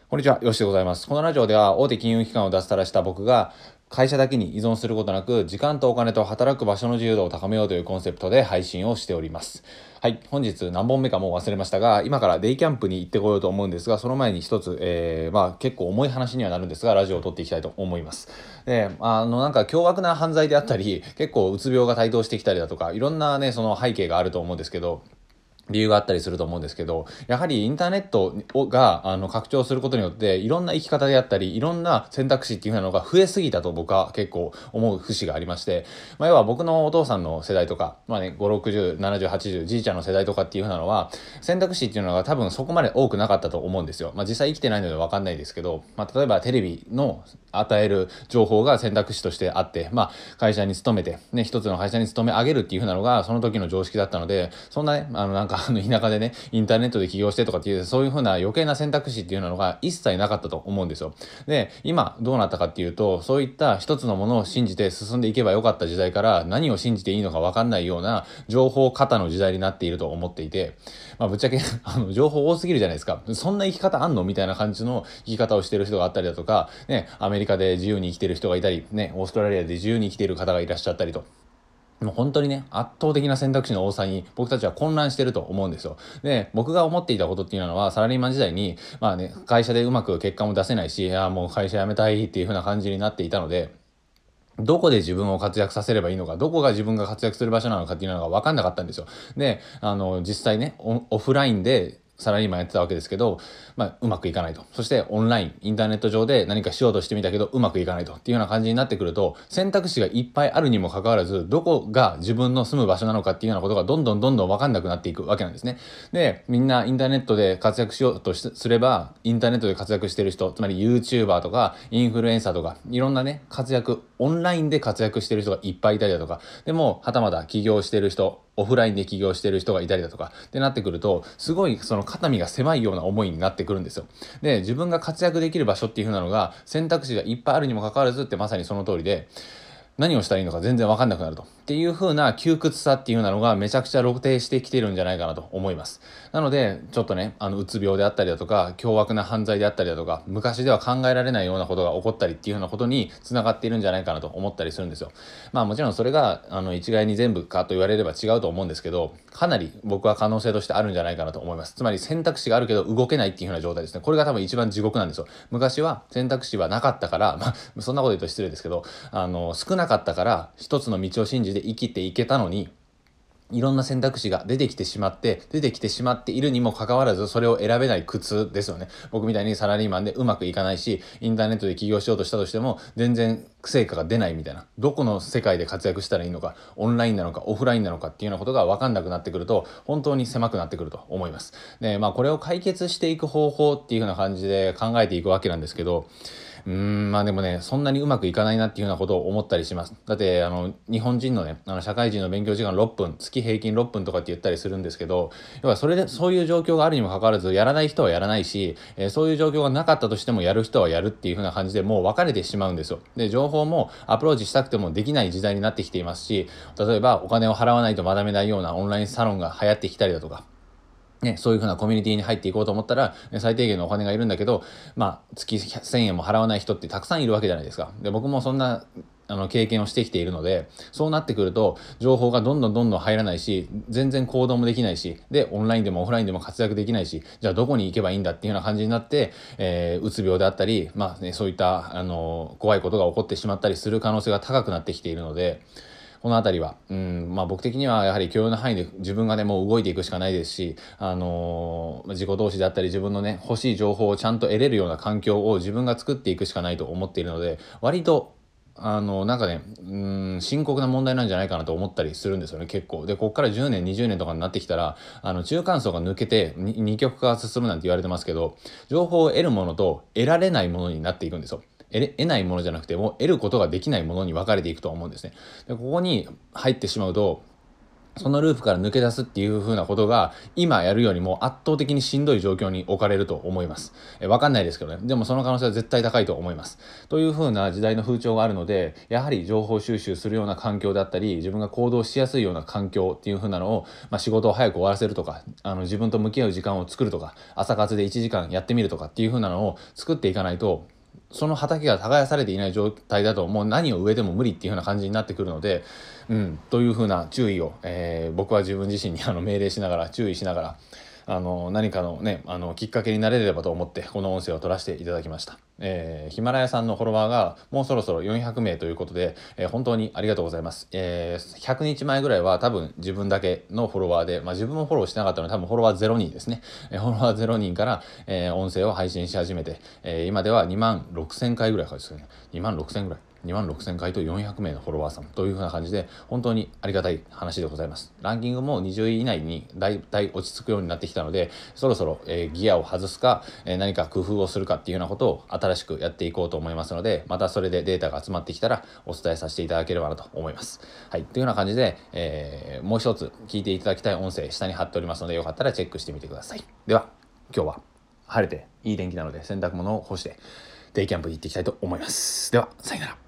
こんにちは、よしでございます。このラジオでは大手金融機関を脱サラした僕が会社だけに依存することなく時間とお金と働く場所の自由度を高めようというコンセプトで配信をしております。はい、本日何本目かもう忘れましたが、今からデイキャンプに行ってこようと思うんですが、その前に一つ、結構重い話にはなるんですが、ラジオを撮っていきたいと思います。で、なんか凶悪な犯罪であったり、結構うつ病が台頭してきたりだとか、いろんなね、その背景があると思うんですけど、理由があったりすると思うんですけど、やはりインターネットが拡張することによっていろんな生き方であったりいろんな選択肢っていうのが増えすぎたと僕は結構思う節がありまして、要は僕のお父さんの世代とか、5、60、70、80、じいちゃんの世代とかっていう風なのは選択肢っていうのが多分そこまで多くなかったと思うんですよ。実際生きてないので分かんないですけど、例えばテレビの与える情報が選択肢としてあって、会社に勤めて、ね、一つの会社に勤め上げるっていう風なのがその時の常識だったので、そんなね、田舎でね、インターネットで起業してとかっていう、そういう風な余計な選択肢っていうのが一切なかったと思うんですよ。で、今どうなったかっていうと、そういった一つのものを信じて進んでいけばよかった時代から何を信じていいのか分かんないような情報過多の時代になっていると思っていて、ぶっちゃけ情報多すぎるじゃないですか。そんな生き方あんのみたいな感じの生き方をしている人があったりだとか、ね、アメリカで自由に生きている人がいたり、ね、オーストラリアで自由に生きている方がいらっしゃったりと。もう本当にね、圧倒的な選択肢の多さに僕たちは混乱してると思うんですよ。で、僕が思っていたことっていうのは、サラリーマン時代に、会社でうまく結果も出せないし、いや、もう会社辞めたいっていう風な感じになっていたので、どこで自分を活躍させればいいのか、どこが自分が活躍する場所なのかっていうのが分かんなかったんですよ。で、実際ね、オフラインでサラリーマンやってたわけですけど、うまくいかないと。そしてオンライン、インターネット上で何かしようとしてみたけど、うまくいかないとっていうような感じになってくると、選択肢がいっぱいあるにもかかわらず、どこが自分の住む場所なのかっていうようなことがどんどん分かんなくなっていくわけなんですね。で、みんなインターネットで活躍しようとすれば、インターネットで活躍してる人、つまり YouTuber とかインフルエンサーとか、いろんなね、オンラインで活躍してる人がいっぱいいたりだとか、でも、はたまた起業してる人、オフラインで起業してる人がいたりだとかってなってくると、すごいその肩身が狭いような思いになってくるんですよ。で、自分が活躍できる場所っていう風なのが選択肢がいっぱいあるにもかかわらずってまさにその通りで、何をしたらいいのか全然分かんなくなると。っていう風な窮屈さっていうのがめちゃくちゃ露呈してきてるんじゃないかなと思います。なので、ちょっとね、うつ病であったりだとか、凶悪な犯罪であったりだとか、昔では考えられないようなことが起こったりっていうようなことに繋がっているんじゃないかなと思ったりするんですよ。もちろんそれが、一概に全部かと言われれば違うと思うんですけど、かなり僕は可能性としてあるんじゃないかなと思います。つまり選択肢があるけど動けないっていう風な状態ですね。これが多分一番地獄なんですよ。昔は選択肢はなかったから、そんなこと言うと失礼ですけど、少なかったから一つの道を信じて生きていけたのに、いろんな選択肢が出てきてしまっているにもかかわらず、それを選べない苦痛ですよね。僕みたいにサラリーマンでうまくいかないし、インターネットで起業しようとしたとしても、全然成果が出ないみたいな。どこの世界で活躍したらいいのか、オンラインなのか、オフラインなのかっていうようなことが分かんなくなってくると、本当に狭くなってくると思います。で、これを解決していく方法っていう風な感じで考えていくわけなんですけど、でもね、そんなにうまくいかないなっていうようなことを思ったりします。だって、日本人のね、社会人の勉強時間6分、月平均6分とかって言ったりするんですけど、要はそれで、そういう状況があるにもかかわらず、やらない人はやらないし、そういう状況がなかったとしてもやる人はやるっていう風な感じでもう分かれてしまうんですよ。で、情報もアプローチしたくてもできない時代になってきていますし、例えばお金を払わないと学べないようなオンラインサロンが流行ってきたりだとか、ね、そういう風なコミュニティに入っていこうと思ったら、最低限のお金がいるんだけど、月1000円も払わない人ってたくさんいるわけじゃないですか。で、僕もそんな、経験をしてきているので、そうなってくると、情報がどんどん入らないし、全然行動もできないし、で、オンラインでもオフラインでも活躍できないし、じゃあどこに行けばいいんだっていうような感じになって、うつ病であったり、そういった、怖いことが起こってしまったりする可能性が高くなってきているので、このあたりは、僕的にはやはり許容の範囲で自分がね、もう動いていくしかないですし、自己投資であったり自分のね、欲しい情報をちゃんと得れるような環境を自分が作っていくしかないと思っているので、割と、深刻な問題なんじゃないかなと思ったりするんですよね、結構。で、こっから10年、20年とかになってきたら、中間層が抜けて二極化が進むなんて言われてますけど、情報を得るものと得られないものになっていくんですよ。得ないものじゃなくても得ることができないものに分かれていくと思うんですね。で、ここに入ってしまうと、 そのループから抜け出すっていう風なことが今やるよりも圧倒的にしんどい状況に置かれると思います。わかんないですけどね。でもその可能性は絶対高いと思います。という風な時代の風潮があるので、やはり情報収集するような環境だったり、自分が行動しやすいような環境っていう風なのを、仕事を早く終わらせるとか、自分と向き合う時間を作るとか、朝活で1時間やってみるとかっていう風なのを作っていかないと、その畑が耕されていない状態だともう何を植えても無理っていう風な感じになってくるので、という風な注意を、僕は自分自身に命令しながら注意しながら何かのねきっかけになれればと思ってこの音声を取らせていただきました。ヒマラヤさんのフォロワーがもうそろそろ400名ということで、本当にありがとうございます。100日前ぐらいは多分自分だけのフォロワーで、自分もフォローしてなかったので多分フォロワー0人ですね。フォロワー0人から、音声を配信し始めて、今では2万6000回ぐらいですよね。2万6000ぐらい。2万6000回と400名のフォロワーさんというふうな感じで本当にありがたい話でございます。ランキングも20位以内にだいたい落ち着くようになってきたので、そろそろ、ギアを外すか、何か工夫をするかっていうようなことを新しくやっていこうと思いますので、またそれでデータが集まってきたらお伝えさせていただければなと思います。はい、というような感じで、もう一つ聞いていただきたい音声下に貼っておりますので、よかったらチェックしてみてください。では今日は晴れていい天気なので洗濯物を干してデイキャンプに行っていきたいと思います。ではさよなら。